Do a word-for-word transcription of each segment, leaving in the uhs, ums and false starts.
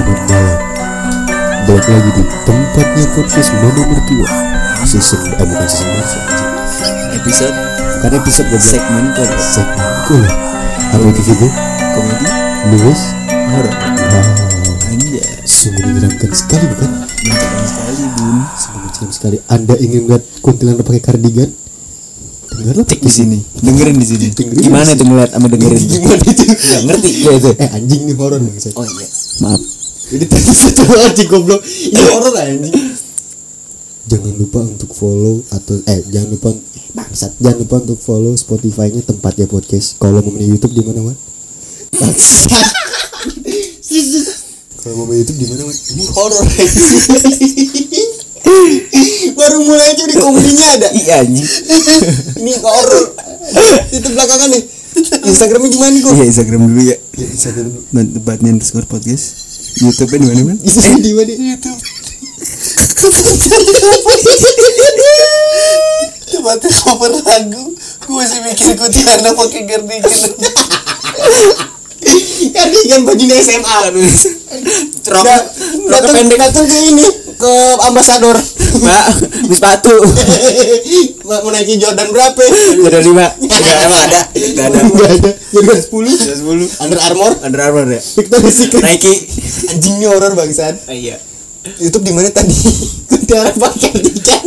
selamat malam. Balik lagi di tempatnya podcast Mama Mertua. Season, eh bukan season berapa? Episode, Karena episode gue segmen ke segmen cool. Apa itu video? komedi, Nulis? horor. Wow, Anjay, sungguh menyeramkan sekali bukan? menyenangkan sekali bun. Sungguh menyeramkan sekali. Anda ingin lihat kuntilanak pakai kardigan? Dengarlah Cek di sini, dengerin di sini. Dengerin Gimana di tuh ngeliat sama dengerin? Gimana itu? Gak ngerti ya itu. Eh anjing nih horor nih saya. Oh iya, maaf. Ini tadi satu anjing goblok. Ini horor anjing. Jangan lupa untuk follow atau eh jangan lupa bangsat, jangan lupa untuk follow Spotify-nya Tempatnya Podcast. Kalau mau main YouTube di mana, Wan? Kalau mau main YouTube di mana, Wan? Ini horor. Baru mulai aja di komedinya ada. Iya anjing. Ini horor. Itu belakangan nih. Instagramnya gimana kok? Iya Instagram dulu ya. Ya, Instagram dulu. Tempatnya underscore podcast. YouTube-nya di mana man? Instagram di mana? YouTube. Tempatnya super lagu. Gue masih mikir kuntilanak pakai gardigan. Kardigan bajunya S M A. Rok, Rok pendek datang ke ini ke ambasador. Pak, di sepatu. Mau naikin Jordan berapa? Jordan lima. Enggak emang ada. Enggak ada. Enggak ada. Jordan sepuluh. Jordan sepuluh. Under Armour. Under Armour ya. Victoria's Secret. Nike. Anjingnya horor bangsat. Ah, iya. YouTube di mana tadi? Kuntilanak pakai kardigan.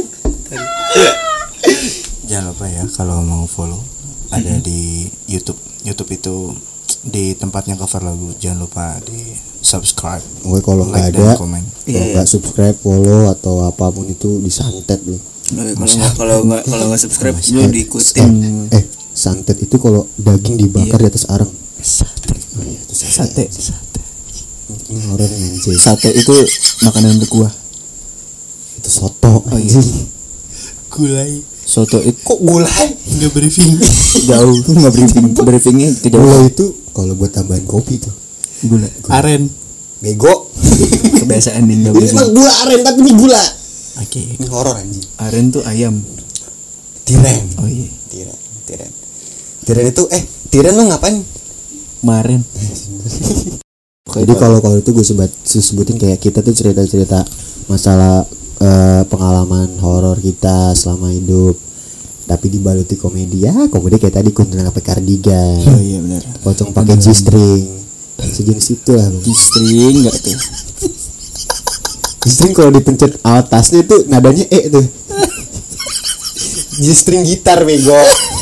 Jangan lupa ya kalau mau follow ada di YouTube. YouTube itu di tempatnya cover lagu. Jangan lupa di subscribe. Oke, kalau nggak like ada, dan komen. kalau nggak subscribe, follow atau apapun itu disantet loh. Kalau nggak kalau nggak kalau nggak subscribe lu diikutin. Eh, eh, santet itu kalau daging dibakar di atas arang. Sate. Oh iya, itu Sate. Ini horor anjing. Sate itu makanan berkuah. Itu soto. Oh iya. Anjing. Gulai. Soto itu Kok gulai? Enggak briefing. jauh tuh nggak briefing. Briefingnya tidak Gula itu kalau buat tambahan kopi tuh. gula. Aren. Bego. Kebiasaan nih nggak Ini briefing. mah gula aren tapi ini gula. Oke. Ini horor anjing. Aren tuh ayam. Tiren. Oh iya. Tiren. Tiren. Tiren itu eh tiren lu ngapain? Kemarin. Jadi kalau kalau itu gue sebut sebutin kayak kita tuh cerita-cerita masalah eh, pengalaman horor kita selama hidup, tapi dibaluti komedi ya, komedi kayak tadi kuntilanak pakai kardigan, Oh iya benar. pocong pakai G-string, sejenis itu lah. G-string nggak tuh? G-string kalau dipencet atasnya tuh nadanya E tuh. G-string gitar bego.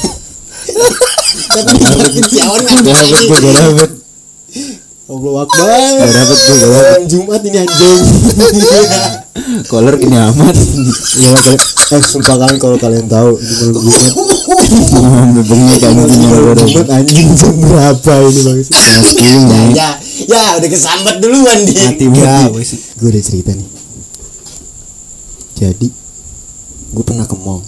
Tapi dipakai siawan nggak Dapat gue gak dapet. Allah Akbar. Gak dapet gue gak dapet. Malam Jumat ini anjing. Kolor gini amat. Ya makanya, eh sumpah kalian kalau kalian tahu di malam Jumat, Bebengnya di malam anjing. Jumat anjing jam berapa ini bang? Matinya. Ya, ya udah kesambat duluan di. Mati Ya, mati. gue udah cerita nih. Jadi, gue pernah ke mall.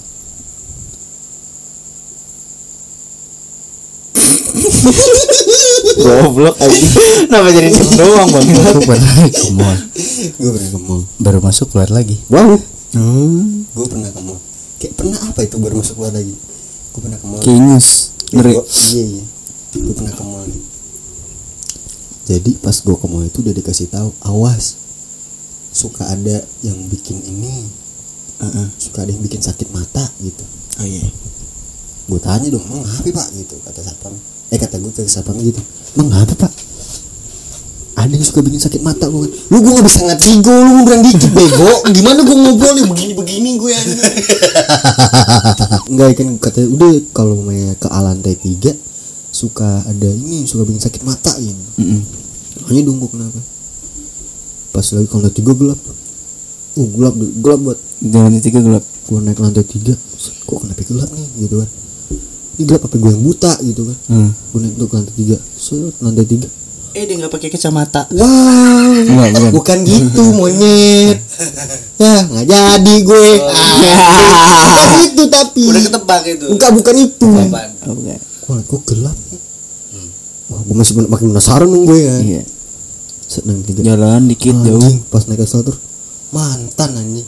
Goblok aja. Kenapa jadi diem doang bang? Aku pernah ke mall. Gue pernah ke mall. Baru masuk keluar lagi. Wow. Hmm. Gue pernah ke mall. Kayak pernah apa itu baru masuk keluar lagi? Gue pernah ke mall. Kingus. Ya, Ngeri. gua- iya iya. Gue pernah ke mall nih. Jadi pas gue ke mall itu udah dikasih tahu, awas. Suka ada yang bikin ini, Heeh. suka ada yang bikin sakit mata gitu. Oh iya. Gue tanya dong, emang apa pak gitu, kata satpam. Eh kata gue ke satpam gitu, emang apa pak? Ada yang suka bikin sakit mata gue. Lu gue nggak bisa ngerti gue, lu ngobrol dikit bego. Gimana gue ngobrol nih begini-begini gue ya. Enggak kan katanya udah kalau main ke lantai tiga suka ada ini suka bikin sakit mata gitu. Mm-mm. Hanya dong gue kenapa? Pas lagi ke lantai tiga gelap. Uh gelap gelap buat. Jalan tiga gelap. Gue naik lantai tiga, kok kenapa gelap nih gitu kan? Ini gelap apa gue yang buta gitu kan? Hmm. Gue naik tuh ke lantai tiga, set lantai tiga. Eh dia nggak pakai kacamata. Wow, Enggak, bukan. bukan gitu monyet. Ya nggak jadi gue. Ah, itu tapi. Udah ketebak itu. Bukan bukan itu. Apaan? Oh enggak. Wah, kok gelap nih? Wah, gue masih makin penasaran dong gue ya. Iya. Set naik tiga. Jalan dikit jauh. Anjing, pas naik eskalator mantan anjing.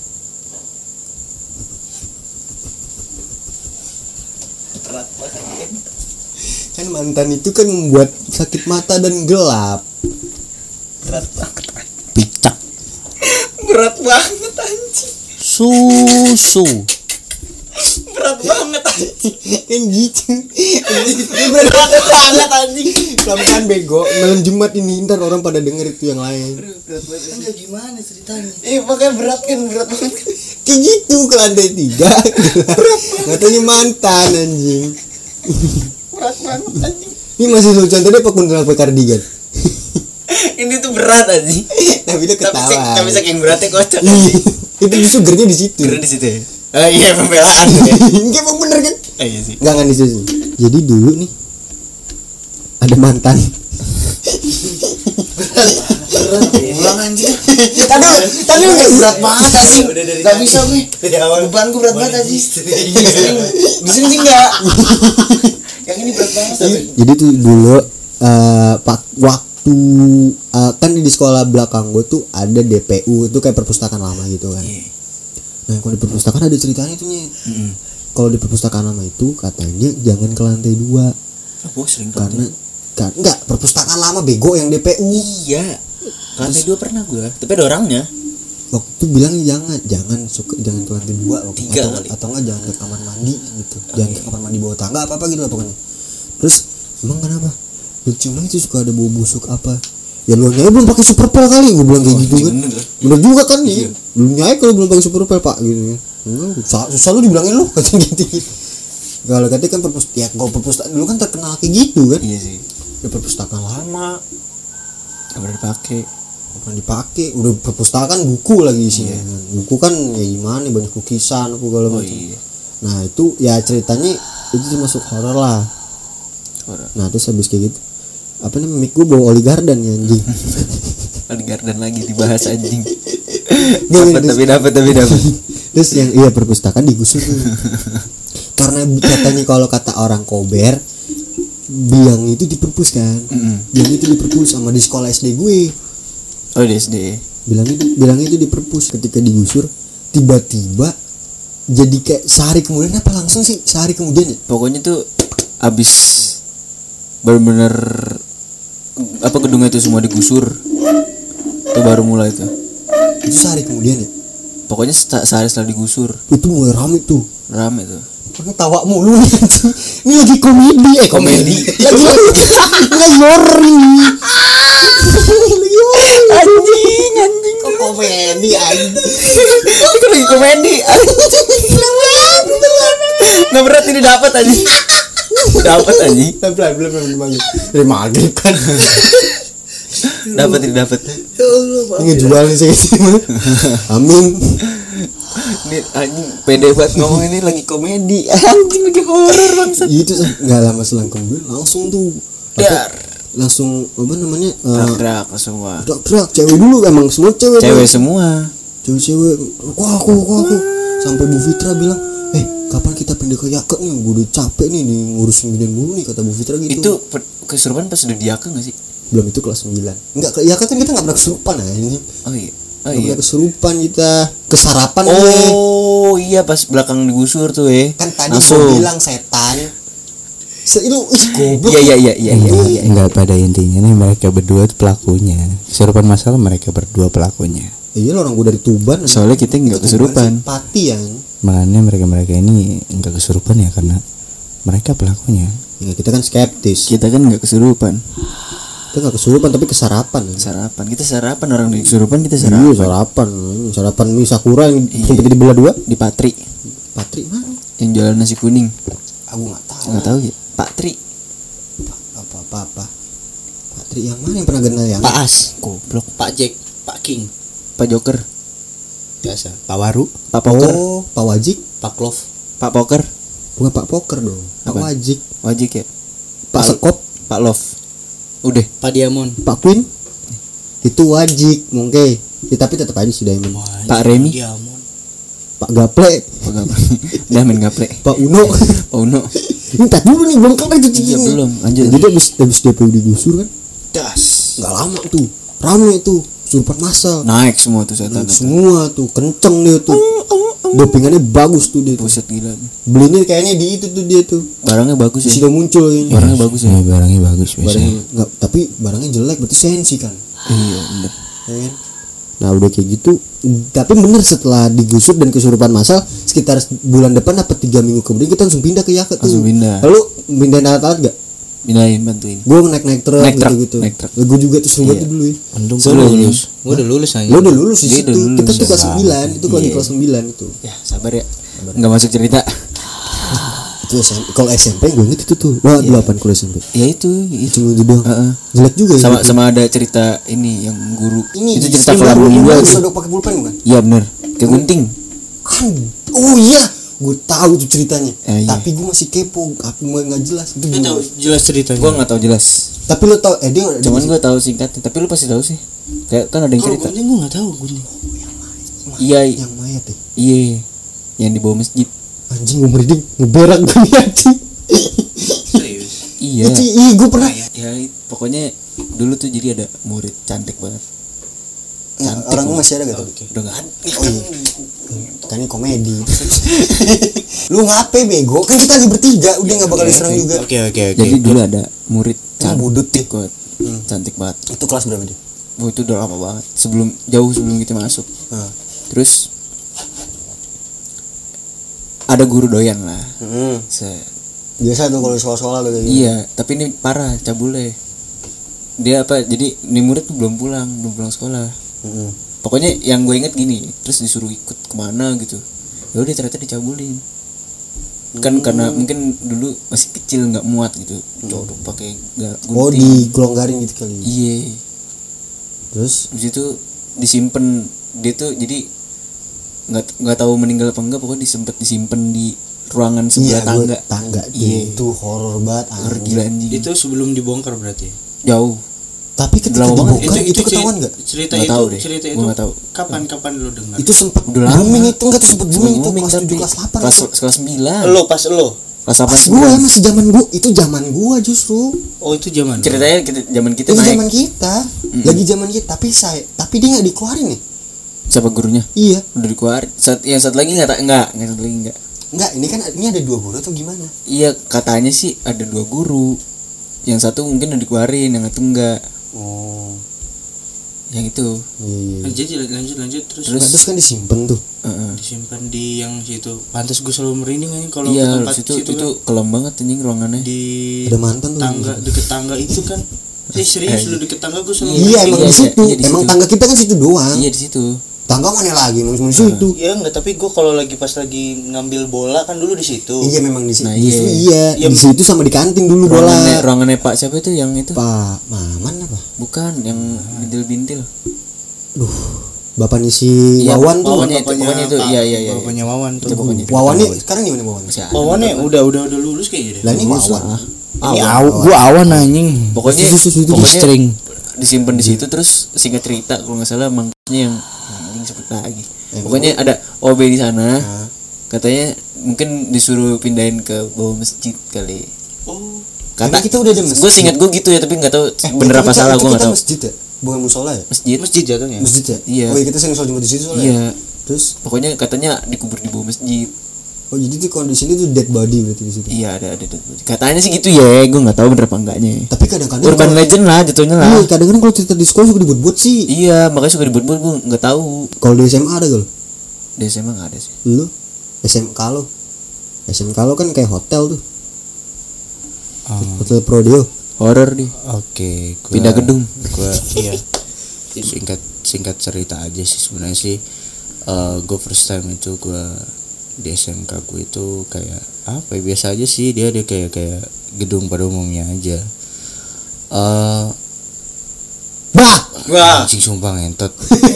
Kan mantan itu kan membuat sakit mata dan gelap. Berat banget. berat banget anjing. Susu. Berat banget anjing. Kan gitu. Berat banget anjing. Pelan-pelan bego. Malam Jumat ini ntar orang pada denger itu yang lain. Berat banget. Enggak gimana ceritanya? Eh makanya berat kan, berat banget. Kayak gitu ke lantai tiga. Katanya mantan anjing. Berat banget anjing. Ini masih lucu contohnya Pak Kuntal pakai kardigan. Ini tuh berat anjing. Tapi dia Tapi sek, ketawa. tapi saking beratnya kocak. Itu sugernya di situ. Keren di situ ya. Oh iya pembelaan tuh ya. Enggak emang bener kan? Eh, iya sih. Enggak kan di situ. Jadi dulu nih ada mantan. Ulang anjing. Tadi tadi Berat banget anjing. Enggak bisa gue. Beban gue berat banget anjing. Di sini sih enggak. Yang ini berat banget. Jadi tuh dulu eh pak waktu eh, kan di sekolah belakang gue tuh ada D P U itu kayak perpustakaan lama gitu kan. Nah kalau di perpustakaan ada ceritanya tuh nya. Kalau di perpustakaan lama itu katanya jangan ke lantai dua Aku sering karena kan enggak perpustakaan lama bego yang D P U. Iya. Lantai dua pernah gua, tapi ada orangnya. Waktu itu bilangnya jangan jangan suka jangan ke lantai dua waktu Tiga atau, kali. atau enggak jangan ke kamar mandi gitu. Jangan ke kamar mandi bawah tangga apa apa gitu lah pokoknya. Terus emang kenapa? Ya, cuma itu suka ada bau busuk apa? Ya lu nyai belum pakai super pel kali, gue bilang kayak gitu kan. bener. Bener juga kan nih. Belum nyai kalau belum pakai super pel pak gitu kan. Hmm, susah, susah lu dibilangin lu katanya gitu. Kalau katanya kan perpustakaan, ya kalau perpustakaan dulu kan terkenal kayak gitu kan. Iya sih. Ya perpustakaan lama, Gak pernah dipakai. nggak pernah dipakai. Udah perpustakaan buku lagi isinya. Kan. Buku kan ya gimana banyak lukisan aku kalau Oh macam. iya. Nah itu ya ceritanya itu termasuk horor lah. Horor. Nah terus habis kayak gitu apa namanya mic gue bawa Oli Garden ya anjing. Oli Garden lagi dibahas anjing. Nggak, Dapat terus- tapi dapat tapi dapat. Terus yang iya perpustakaan digusur tuh. Karena katanya kalau kata orang Kober biang itu di perpus kan. Mm-mm. Biang itu di perpus sama di sekolah S D gue. Oh di S D. Bilang itu bilang itu di perpus ketika digusur tiba-tiba jadi kayak sehari kemudian apa langsung sih sehari kemudian ya? Pokoknya tuh abis bener-bener apa gedungnya itu semua digusur. Itu baru mulai tuh. Itu sehari kemudian ya. Pokoknya se- sehari setelah digusur Itu mulai rame tuh. rame tuh. Karena tawa mulu nih anjing. Ini lagi komedi eh komedi. Lagi lagi horor ini. Lagi horor. Anjing anjing. Kok komedi anjing. Itu lagi komedi. Nggak berat ini dapat anjing. Dapat anjing. Belum belum belum belum maghrib. Dari maghrib kan. Dapat ini dapat. Ya Allah, Pak. Ini ngejual nih saya sih. Amin. Ini anjing pede banget ngomong ini lagi komedi. Anjing lagi horor bangsat. Itu nggak lama selang kemudian langsung tuh Dar. langsung apa namanya eh, Drak-drak semua. drak-drak cewek dulu emang semua cewek Cewek Bang. semua. cewek-cewek wah aku wah aku sampai Bu Fitra bilang eh kapan kita pindah ke Yaket nih gue udah capek nih nih ngurusin binian mulu nih kata Bu Fitra gitu. Itu per- kesurupan pas udah diake nggak sih? Belum itu kelas sembilan enggak ke Yaket kan kita nggak pernah kesurupan ya ini Oh iya. Oh nggak iya. pernah kesurupan kita kesarapan gue Oh iya pas belakang digusur tuh eh. kan tadi Langsung. gue bilang setan. Se itu ih goblok. Iya iya iya iya iya. iya. Enggak, pada intinya nih mereka berdua tuh pelakunya. Kesurupan masalah mereka berdua pelakunya. Iya orang gue dari Tuban. Soalnya kita nggak kesurupan. Pati ya. Makanya mereka-mereka ini enggak kesurupan ya karena mereka pelakunya. Ya, kita kan skeptis. Kita kan nggak kesurupan. Kita nggak kesurupan tapi kesarapan. Ya. Sarapan. Kita sarapan orang di kesurupan kita Iya sarapan. sarapan. Sarapan mie sakura yang Iya. sampai jadi belah dua. Di Patri Patri mana? yang jualan nasi kuning. Aku nggak tahu. Nggak tahu ya. Patri. Apa apa apa. Patri yang mana yang pernah kenal yang? Pak As, goblok. Pak Jack, Pak King, Pak Joker. biasa. Pak Waru, Pak Poker. Oh, Pak Wajik. Pak Klov. Pak Poker. Bukan Pak Poker dong. Pak Apa? Wajik. Wajik ya. Pak Sekop. Pak Love. Udah. Pak Diamond. Pak Queen. Itu Wajik mungkin. Ya, tapi tetap aja sih Diamond. Pak Remi. Diamond. Pak Gaple. Pak Gaple. Udah main gaple. Pak Uno. Pak Uno. Ini tak dulu nih belum kelar itu Iya ini. belum. Lanjut. Jadi habis habis D P U digusur kan. Das. Nggak lama tuh. Rame tuh. Kesurupan massal. Naik semua tuh setan. Naik semua tuh kenceng dia tuh. Dopingannya bagus tuh dia tuh. Buset gila. Belinya kayaknya di itu tuh dia tuh. Barangnya bagus ya. Sudah muncul kayaknya. Barangnya bagus ya. Ya, barangnya bagus biasanya. Barangnya enggak, tapi barangnya jelek berarti sensi kan. Iya bener. Ya kan? Nah udah kayak gitu, tapi bener setelah digusur dan kesurupan massal sekitar bulan depan apa tiga minggu kemudian kita langsung pindah ke Yaket tuh. Langsung pindah. Lalu pindahin alat-alat gak? Pindahin, bantuin. Gue naik-naik truk Naik truk, gitu-gitu. naik truk. Gue juga tuh sering Iya. banget dulu ya. Untung Gua gue udah lulus. lulus. Gue udah lulus aja. Lo udah lulus di Dia situ. udah lulus. Kita tuh kelas Sabar. sembilan, itu kalau di Iya. kelas sembilan itu. Ya sabar ya, nggak masuk cerita. Itu S M P. Kalau S M P gue inget itu tuh. Wah, delapan kalau S M P. Ya itu, itu. Cuma itu doang. Heeh. Jelek juga ya. Sama gitu. sama ada cerita ini yang guru. Ini itu cerita Steam kelam baru, gua. yang sodok pakai pulpen bukan? Iya bener, kayak gunting. Kan, oh iya, gue tahu tuh ceritanya. Eh, iya. Tapi gue masih kepo, aku mau nggak jelas itu Lu gimana. tahu jelas ceritanya. Gue nggak tahu jelas. Tapi lo tau, eh dia Cuman gue tahu singkatnya. Tapi lu pasti tahu sih. Kayak kan ada yang Kalau cerita. gunting gue nggak tahu gunting. Iya, yang mayat ya. iya. Yang di bawah masjid. Anjing gue merinding, ngeberak gue nih anjing. Serius. Iya. Itu iya gue pernah. Ya it- pokoknya dulu tuh jadi ada murid cantik banget. Nah, Cantik orang banget. masih ada gak tuh? Udah nggak ada. Oh iya. Kan ini komedi. Lu ngapain bego? Kan kita lagi bertiga, udah nggak bakal diserang juga. Oke oke oke. Jadi dulu ada murid Yang budut cantik banget. Cantik banget. Itu kelas berapa dia? Oh itu udah lama banget. Sebelum jauh sebelum kita masuk. Nah. Terus ada guru doyan lah. Hmm. Se- Biasa tuh kalau di sekolah-sekolah tuh kayak gitu. Iya, tapi ini parah cabule. Dia apa? Jadi ini murid tuh belum pulang, belum pulang sekolah. Hmm. Pokoknya yang gue inget gini, terus disuruh ikut kemana gitu. Ya udah ternyata dicabulin. Kan karena mungkin dulu masih kecil nggak muat gitu. Codok pakai ga- Oh gunting. digelonggarin gitu kali. Iya. Terus Habis itu disimpan dia tuh jadi nggak nggak tahu meninggal apa enggak, pokoknya disempet disimpan di ruangan sebelah iya tangga. gue tangga Iya. itu horor banget. Horor anjing. gila anjing. Itu sebelum dibongkar berarti. Jauh. Tapi ketika Udah lama banget. dibongkar itu, ketahuan nggak? Cerita Nggak itu tahu deh. cerita Gua itu nggak tahu. kapan kapan lu dengar? Itu sempat Udah lama. booming itu enggak tuh sempat booming itu Booming kelas tapi tujuh kelas delapan. kelas itu. kelas sembilan. Lo pas lo. Kelas delapan. Pas gue masih zaman gua, itu zaman gua justru. Oh itu zaman. Ceritanya kita zaman kita Itu naik. zaman kita, lagi zaman kita. Tapi saya, tapi dia nggak dikeluarin nih. Siapa gurunya? Iya, Udah dikeluarin. Saat yang satu lagi enggak enggak, yang satu lagi enggak. enggak. Ini kan ini ada dua guru atau gimana? Iya, katanya sih ada dua guru. Yang satu mungkin udah dikeluarin, yang satu enggak. Oh, Yang itu. iya. Nah, jadi lanjut lanjut terus, Terus- Terus, terus kan disimpan tuh. Heeh. disimpan di yang situ. Pantas gue selalu merinding anjing kalau ke Iya, tempat situ situ itu kan. kelam banget anjing ruangannya. Di Ada mantan tuh. tangga deket tangga itu kan. Eh serius lu deket tangga gue selalu Iya, emang Iya, di iya, situ. iya, di Emang situ. tangga kita kan situ doang. Iya di situ. Tangga mana lagi? Emang cuma di situ. Iya enggak, tapi gue kalau lagi pas lagi ngambil bola kan dulu di situ. Iya, memang di situ. Nah, Justru iya. iya, di situ sama di kantin dulu Ruangannya, bola. ruangannya Pak siapa itu yang itu? Pak Maman apa? Bukan, yang bintil-bintil. Duh, bapaknya si Iya, Wawan tuh. Wawannya itu, pokoknya itu. Iya, iya, iya. Bapaknya Wawan tuh. Itu pokoknya itu. Wawan nih sekarang gimana Wawan? Masih ada. Wawannya udah udah udah lulus kayaknya deh. Lah ini Wawan. Ini aw, gua awan anjing. Pokoknya Terus, terus, terus, pokoknya string. disimpan di situ, terus singkat cerita kalau nggak salah mangkanya yang anjing sebut lagi. Pokoknya ada O B di sana. Katanya mungkin disuruh pindahin ke bawah masjid kali. Oh. Kata Emang kita udah ada masjid? gue singkat gue gitu ya, tapi nggak tahu Eh, bener itu apa kita- salah, itu gue nggak kita tahu. masjid ya? Bukan musola ya? Masjid. Masjid jatuhnya. Masjid ya? Iya. Oh iya, kita sering sholat Jumat di situ soalnya. Iya. Terus Pokoknya katanya dikubur di bawah masjid. oh jadi tuh kalau di sini tuh dead body berarti di situ. Iya ada ada ada. Katanya sih gitu ya, gue nggak tahu bener apa enggaknya. Tapi kadang-kadang Urban kalau- legend lah jatuhnya lah. Iya, kadang-kadang kalau cerita di sekolah suka dibuat-buat sih. Iya, makanya suka dibuat-buat, gue nggak tahu. Kalau di S M A ada gak lo? Di S M A nggak ada sih. Lu? S M K lo? S M K lo kan kayak hotel tuh. Oh, Hotel Prodeo. Horor nih. Oke, gua- Pindah gedung. Gua iya. Singkat singkat cerita aja sih sebenarnya sih. eh gue first time itu gue di S M K gue itu kayak apa ya, biasa aja sih, dia dia kayak kayak gedung pada umumnya aja. Eh Bah! Wah. anjing sumpah ngentot.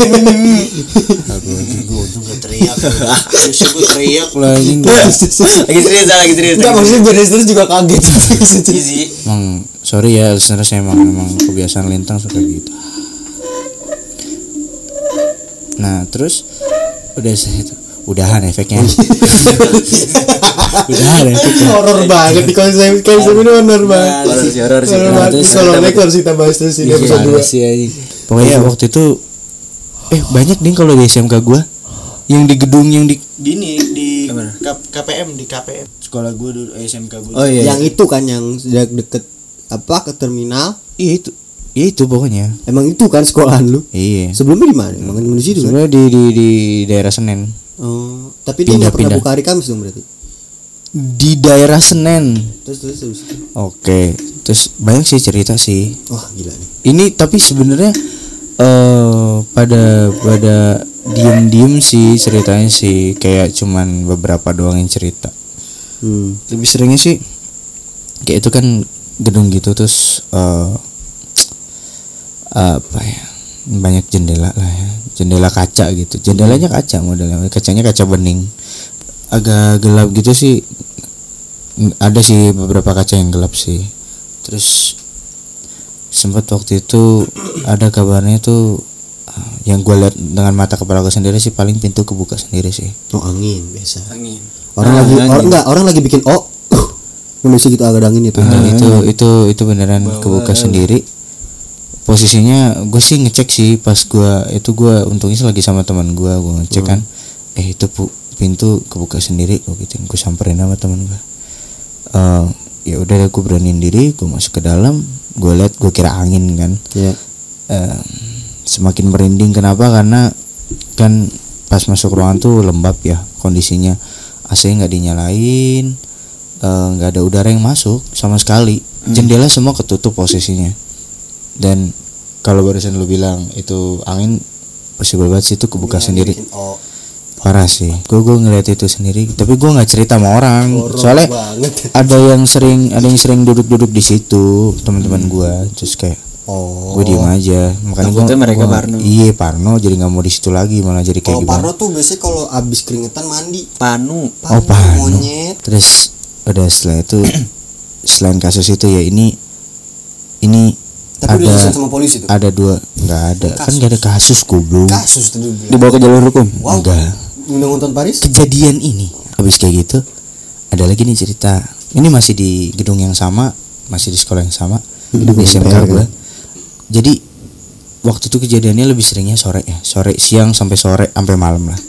Aduh anjing gue untung gak teriak. Terus gue teriak lah anjing. Lagi serius, lagi serius. Enggak, maksudnya gue dari juga kaget. Easy. Emang sorry ya listeners, emang emang kebiasaan lintang suka gitu. Nah terus udah saya itu udahan efeknya. Udahan efeknya. Horor banget di konsep konsep ini horor banget. Horor sih, horor sih. Horor Nah, banget. terus Kalau ada- naik harus kita bahas terus ini episode Gimana dua. sih anjing? Pokoknya waktu itu eh banyak nih kalau di S M K gua yang di gedung yang di di ini di Gimana? K- KPM di K P M sekolah gua dulu S M K gua. Oh iya. Yang itu kan yang sudah deket apa ke terminal. Iya itu. Ya itu pokoknya. Emang itu kan sekolahan lu? Iya. Sebelumnya di mana? Emang di situ kan? Sebenarnya di di di daerah Senen. Oh, tapi dia nggak pernah Pindah-pindah. buka hari Kamis dong berarti. Di daerah Senen. Terus terus terus. Oke, terus banyak sih cerita sih. Wah, gila nih. Ini tapi sebenarnya eh pada pada diem-diem sih ceritanya sih, kayak cuman beberapa doang yang cerita. Hmm. Lebih seringnya sih kayak itu kan gedung gitu, terus eh apa ya, banyak jendela lah ya, jendela kaca gitu, jendelanya kaca modelnya, kacanya kaca bening, agak gelap gitu sih. Ada sih beberapa kaca yang gelap sih. Terus sempat waktu itu ada kabarnya tuh, yang gue lihat dengan mata kepala gue sendiri sih, paling pintu kebuka sendiri sih. Oh, angin biasa. Angin. Orang Ah, lagi angin. orang enggak, orang lagi bikin oh. Indonesia gitu agak angin itu. Nah, itu itu itu beneran kebuka sendiri. Posisinya gue sih ngecek sih pas gue itu, gue untungnya lagi sama teman gue gue ngecek kan, eh itu pu, pintu kebuka sendiri, gue gitu, gue samperin sama teman gue. Uh, ya udah gue beraniin diri, gue masuk ke dalam, gue lihat, gue kira angin kan. Ya. Uh, semakin merinding. Kenapa? Karena kan pas masuk ruangan tuh lembab ya kondisinya, A C nggak dinyalain, nggak uh, ada udara yang masuk sama sekali, hmm. jendela semua ketutup posisinya. Dan kalau barusan lu bilang itu angin, possible banget sih itu kebuka ya, sendiri. Oh. Parah sih, gue gue ngeliat itu sendiri, tapi gue nggak cerita sama orang. Horror soalnya banget. ada yang sering ada yang sering duduk-duduk di situ teman-teman gue, terus kayak oh, gue diem aja. Makanya gue mereka gua, Parno. Iya Parno, jadi nggak mau di situ lagi, malah jadi kayak oh, gimana. Parno tuh biasanya kalau abis keringetan mandi. Panu. Panu oh Parno. Monyet. Terus udah setelah itu selain kasus itu ya ini ini tapi ada sama polisi tuh. Ada dua, nggak ada kasus. Kan nggak ada kasus goblok. Kasus tuh dibawa ke jalur hukum. Wow. Enggak. Undang-undang Paris. Kejadian ini habis kayak gitu ada lagi nih cerita. Ini masih di gedung yang sama, masih di sekolah yang sama, di S M K gue. Jadi waktu itu kejadiannya lebih seringnya sore ya, sore siang sampai sore sampai malam lah.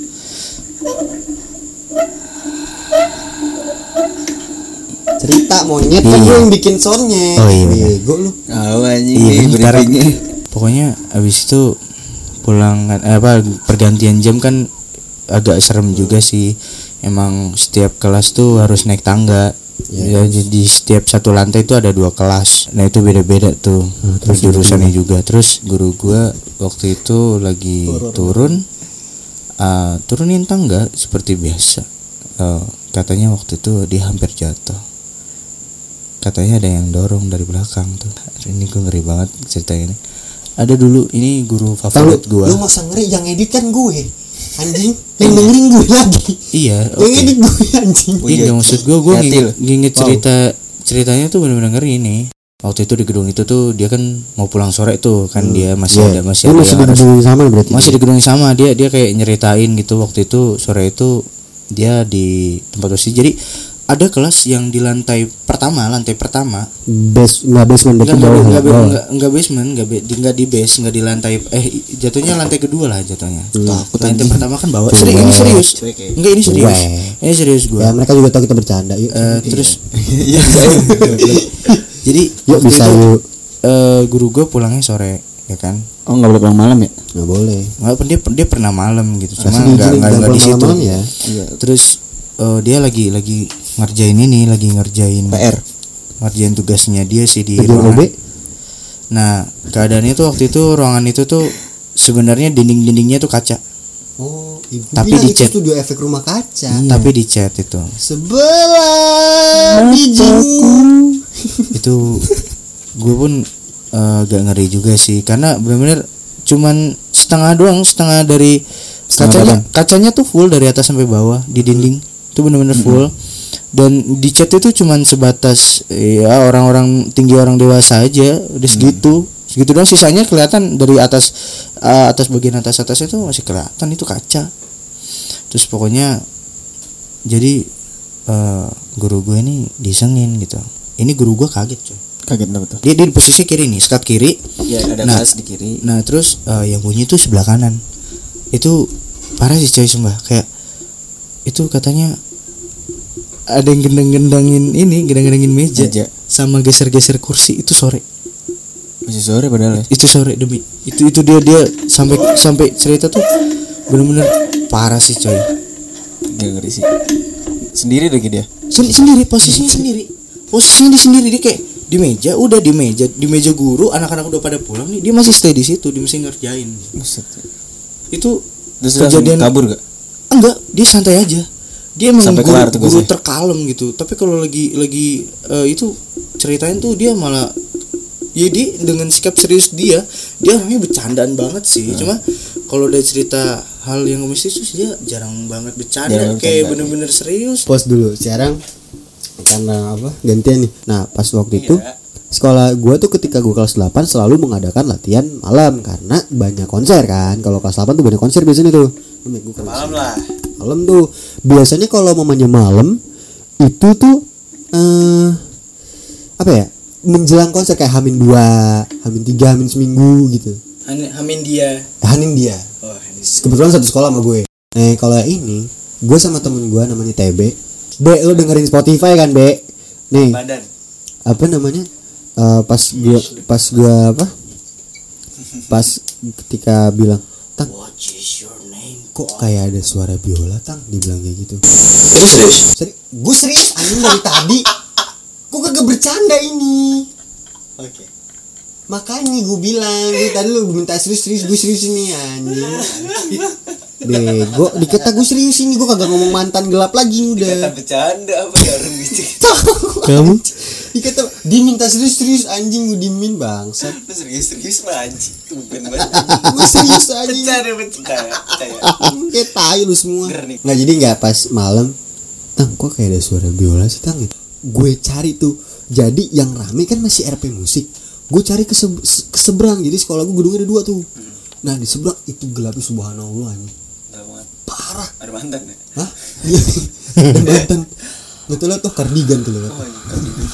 Cerita monyet kan gue yang bikin soundnya. Oh iya. Bego lu. Oh anjing. Iya, bentar. Pokoknya abis itu pulang kan, eh, apa pergantian jam kan agak serem juga sih. Emang setiap kelas tuh harus naik tangga. Ya, jadi setiap satu lantai itu ada dua kelas. Nah itu beda-beda tuh. Hmm, terus jurusannya juga. Terus guru gua waktu itu lagi turun, uh, turunin tangga seperti biasa. Uh, katanya waktu itu dia hampir jatuh. Katanya ada yang dorong dari belakang tuh. Ini gue ngeri banget ceritanya ini. Ada dulu ini guru favorit gue. Lu masa ngeri, yang edit kan gue. Anjing, yang dengerin gue lagi. Iya, yang okay. edit gue anjing. Iya, oh, maksud gue gue nginget cerita ceritanya tuh benar-benar ngeri ini. Waktu itu di gedung itu tuh dia kan mau pulang sore tuh kan, hmm. dia masih yeah. ada masih dia ada masih di gedung yang sama berarti. Masih di gedung yang sama, dia dia kayak nyeritain gitu waktu itu sore itu dia di tempat posisi. Jadi ada kelas yang di lantai pertama, lantai pertama. Base, nggak basement, nggak nggak nggak nggak basement, nggak be, nggak di base, nggak di lantai, eh jatuhnya lantai kedua lah jatuhnya. Hmm. Lantai pertama kan bawah. Serius, ini serius, enggak ini serius, ini serius gue. Ya mereka juga tahu kita bercanda. Yuk. Uh, terus, jadi yuk bisa itu, yuk. Uh, guru gue pulangnya sore, ya kan? Oh nggak boleh pulang malam ya? Nggak boleh. Nggak, dia dia pernah malam gitu, cuma nggak nggak nggak di situ. Ya. Terus uh, dia lagi lagi ngerjain ini, lagi ngerjain P R, ngerjain tugasnya dia sih di ruangan. Nah keadaannya tuh waktu itu ruangan itu tuh sebenarnya dinding-dindingnya tuh kaca. Oh, ibu tapi dicat. Itu studio efek rumah kaca. Iya. Tapi dicat itu. Sebelah bijimu. Itu gue pun uh, agak ngeri juga sih, karena benar-benar cuman setengah doang, setengah dari kacanya. Kacanya tuh full dari atas sampai bawah di dinding. Itu benar-benar full. Mm-hmm. Dan di chat itu cuman sebatas ya orang-orang tinggi, orang dewasa aja, udah segitu. Hmm. Segitu doang, sisanya kelihatan dari atas uh, atas bagian atas atasnya tuh masih kelihatan itu kaca. Terus pokoknya jadi uh, guru gue ini disengin gitu. Ini guru gue kaget coy. Kaget apa tuh? Dia, dia di posisi kiri nih, sekat kiri. Iya, ada nah, kelas di kiri. Nah, terus uh, yang bunyi tuh sebelah kanan. Itu parah sih coy, sumpah. Kayak itu katanya ada yang gendang-gendangin ini, gendang-gendangin meja, meja sama geser-geser kursi itu sore. Masih sore padahal ya. Itu sore demi itu itu dia dia sampai sampai cerita tuh benar-benar parah sih coy. Dia ngeri sih. Sendiri lagi dia. Sen- sendiri posisinya sendiri posisinya di sendiri dia kayak di meja udah di meja di meja guru anak-anak udah pada pulang nih dia masih stay di situ dia masih ngerjain. Buset. Itu Terus kejadian kabur gak? enggak dia santai aja dia emang Sampai guru, kelar tuh guru biasanya. terkalem gitu tapi kalau lagi lagi eh, itu ceritain tuh dia malah jadi dengan sikap serius dia dia orangnya bercandaan banget sih Hmm. cuma kalau udah cerita hal yang mistis dia jarang banget bercanda Jarang kayak bercanda, bener-bener serius. Pause dulu. Sekarang karena apa? Gantian nih. Nah, pas waktu itu Iya. sekolah gua tuh ketika gua kelas delapan selalu mengadakan latihan malam karena banyak konser kan. Kalau kelas delapan tuh banyak konser biasanya tuh. Malam lah. Malam tuh biasanya kalau mamanya malam itu tuh eh apa ya? Menjelang konser kayak Hamin dua, Hamin tiga, Hamin seminggu gitu. Hamin dia. Hanin dia. Oh, Hamin. Kebetulan satu sekolah sama gue. Eh kalau yang ini, gue sama temen gue namanya T B. B, lo dengerin Spotify kan, B? Nih, Badan. apa namanya? Eh, pas gue pas gue apa? Pas ketika bilang, "Tang, What is your name? kok kayak ada suara biola, Tang?" Dibilang kayak gitu. Serius? Seri- gue serius anjing dari tadi. Gue kagak bercanda ini. Oke. Makanya gue bilang, gue tadi lu minta serius-serius, gue serius ini anjing. Bego, dikata gue serius ini, gue kagak ngomong mantan gelap lagi Kata udah. bercanda apa ya orang gitu. Kamu? Dikata diminta serius-serius anjing, gue dimin bangsat. Lu serius-serius mah anjing. Bukan banget. Gue serius anjing. Bercanda bercanda. Percaya. Kayak tai lu semua. Bener nih. Nggak, jadi nggak pas malam, Tang, kok kayak ada suara biola sih, Tang? Gue cari tuh. Jadi yang rame kan masih R P musik. Gue cari ke, se- ke seberang. Jadi sekolah gue gedungnya ada dua tuh. Nah di seberang itu gelapnya subhanallah anjing. Gelap banget. Parah. Ada mantan ya? Hah? Iya. Dan mantan. Nggak tahu lah tuh kardigan tuh lewat. Oh, iya.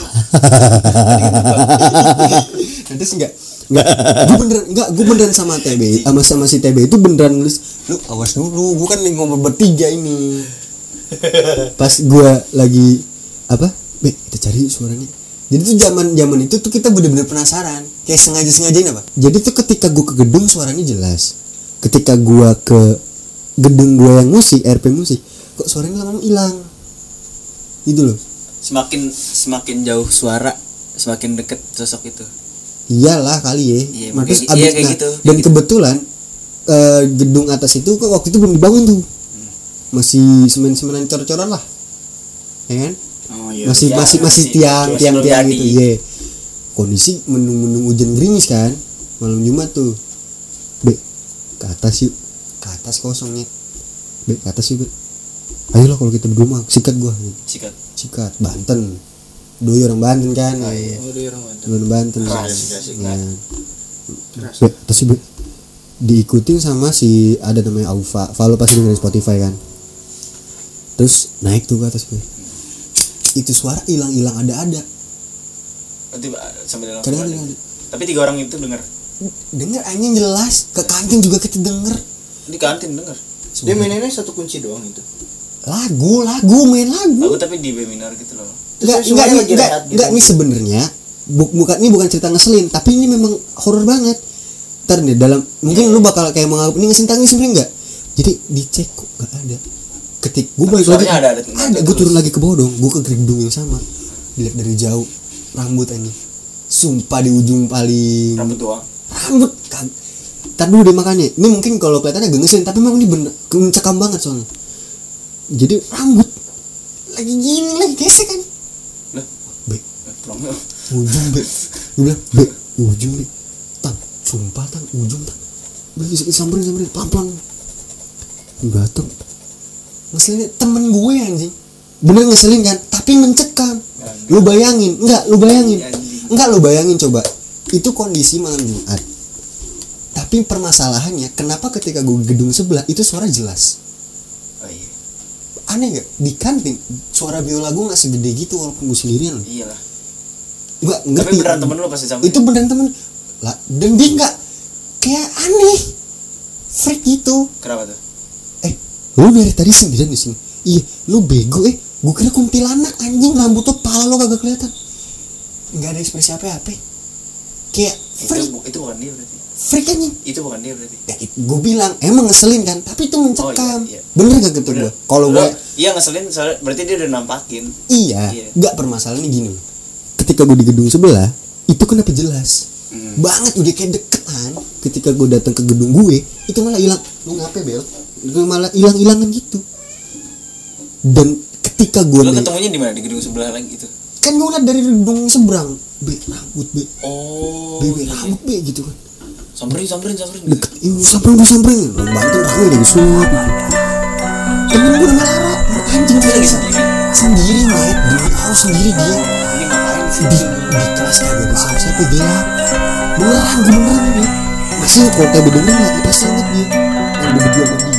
Nanti sih nggak nggak gue beneran nggak gue beneran sama T B sama sama si T B itu beneran nulis lu awas dulu gue kan lagi ngomong bertiga ini pas gue lagi apa be kita cari suaranya jadi tuh zaman zaman itu tuh kita bener-bener penasaran kayak sengaja sengajain apa jadi tuh ketika gue ke gedung suaranya jelas ketika gue ke gedung gue yang musik R P musik kok suaranya lama-lama hilang itu loh. Semakin semakin jauh suara, semakin deket sosok itu. Iyalah kali ya. Iya, Nah, terus kayak- abis- iya, kayak nah, gitu, dan kayak gitu. kebetulan eh, gedung atas itu kok waktu itu belum dibangun tuh. Masih semen-semenan cor-coran lah. Ya kan? Oh iya. Masih Ya, masih masih tiang masih tiang belum tiang jadi. gitu. Iya. Kondisi mendung-mendung hujan gerimis kan. Malam Jumat tuh. Be, ke atas yuk. Ke atas kosongnya. Be, ke atas yuk, Be. Ayolah kalau kita berdua mah sikat gua. Sikat. Sikat Banten. Doi orang Banten kan. Oh iya. Oh dia orang Banten. Teman Banten Keras, ya. keras, Ya. keras. Be, terus be, diikutin sama si ada namanya Aufa. Fa lo pasti dengerin Spotify kan. Terus naik tuh ke atas be. Itu suara hilang-hilang ada-ada. Nanti sampai dalam. Kadang-kadang ada. Tapi tiga orang itu dengar. Denger anjing jelas. Ke kantin juga kita denger. Di kantin dengar. Dia mainnya satu kunci doang itu. Lagu, lagu, main lagu. Aku tapi di B minor gitu loh. Enggak, Terus enggak, semuanya ini- lagi enggak, rehat gitu. enggak, ini sebenarnya bu- bukan ini bukan cerita ngeselin, tapi ini memang horor banget. Ntar deh dalam mungkin lu bakal kayak menganggap ini ngeselin tapi ini sebenarnya enggak. Jadi dicek kok enggak ada. Ketik gue balik lagi. Suaranya ada, ada, ada, ada gue terus. turun lagi ke bawah dong. Gue ke gedung yang sama. Dilihat dari jauh rambut ini. Sumpah di ujung paling Rambut doang. rambut kan. Ntar dulu deh makanya. Ini mungkin kalau kelihatannya agak ngeselin tapi memang ini bener mencekam banget soalnya. Jadi rambut lagi gini lagi gesek kan. Lah, Be, eh, pulang yuk. ujung be, gue bilang be, ujung be, tang, sumpah tang, ujung tang, be, samperin samperin, pelan pelan, dateng, ngeselin temen gue anjing, bener ngeselin kan, tapi mencekam, lu bayangin, enggak, lu bayangin, enggak lu bayangin coba, itu kondisi malam Jumat, tapi permasalahannya, kenapa ketika gue gedung sebelah itu suara jelas? Oh iya. Aneh gak? Di kantin suara biola gue gak segede gitu walaupun gue sendirian loh. Iyalah. Gak Tapi ngerti. beneran temen lu pasti sampai. Itu beneran temen lah, dan dia gak kayak aneh, freak gitu. Kenapa tuh? Eh, lu dari tadi sendirian di sini. Iya, lu bego eh. Gue kira kuntilanak anjing, rambut tuh pala lo kagak kelihatan. Nggak ada ekspresi apa-apa. kayak freak Itu, bu- itu bukan dia berarti. freak anjing. Itu bukan dia berarti. Ya, gue bilang emang ngeselin kan, tapi itu mencekam. Oh, iya, iya. Bener gak gitu gue? Kalau gue Iya ngeselin soalnya berarti dia udah nampakin. iya, Iya. nggak permasalahannya gini loh. Ketika gue di gedung sebelah, itu kenapa jelas Hmm. banget udah kayak deket kan. Ketika gue datang ke gedung gue, itu malah hilang. Lu ngapain bel? Gue malah hilang-hilangan gitu. Dan ketika gue Lo naik, ketemunya di mana? Di gedung sebelah lagi itu. kan gue ngeliat dari gedung seberang, be rambut be, Oh. be, be iya, iya. rambut be gitu kan. Samperin, samperin, samperin. Deket, iu samperin gue samperin, orang Banten rame dari suap. Temen gue namanya Lara, anjing Dia lagi sendiri. sendiri net, demi Allah sendiri dia. Ini ngapain di, sih? di kelas kagak ada siapa-siapa gelap beneran gue beneran nih masih kalau kayak beneran lagi pas inget dia yang berdua sama dia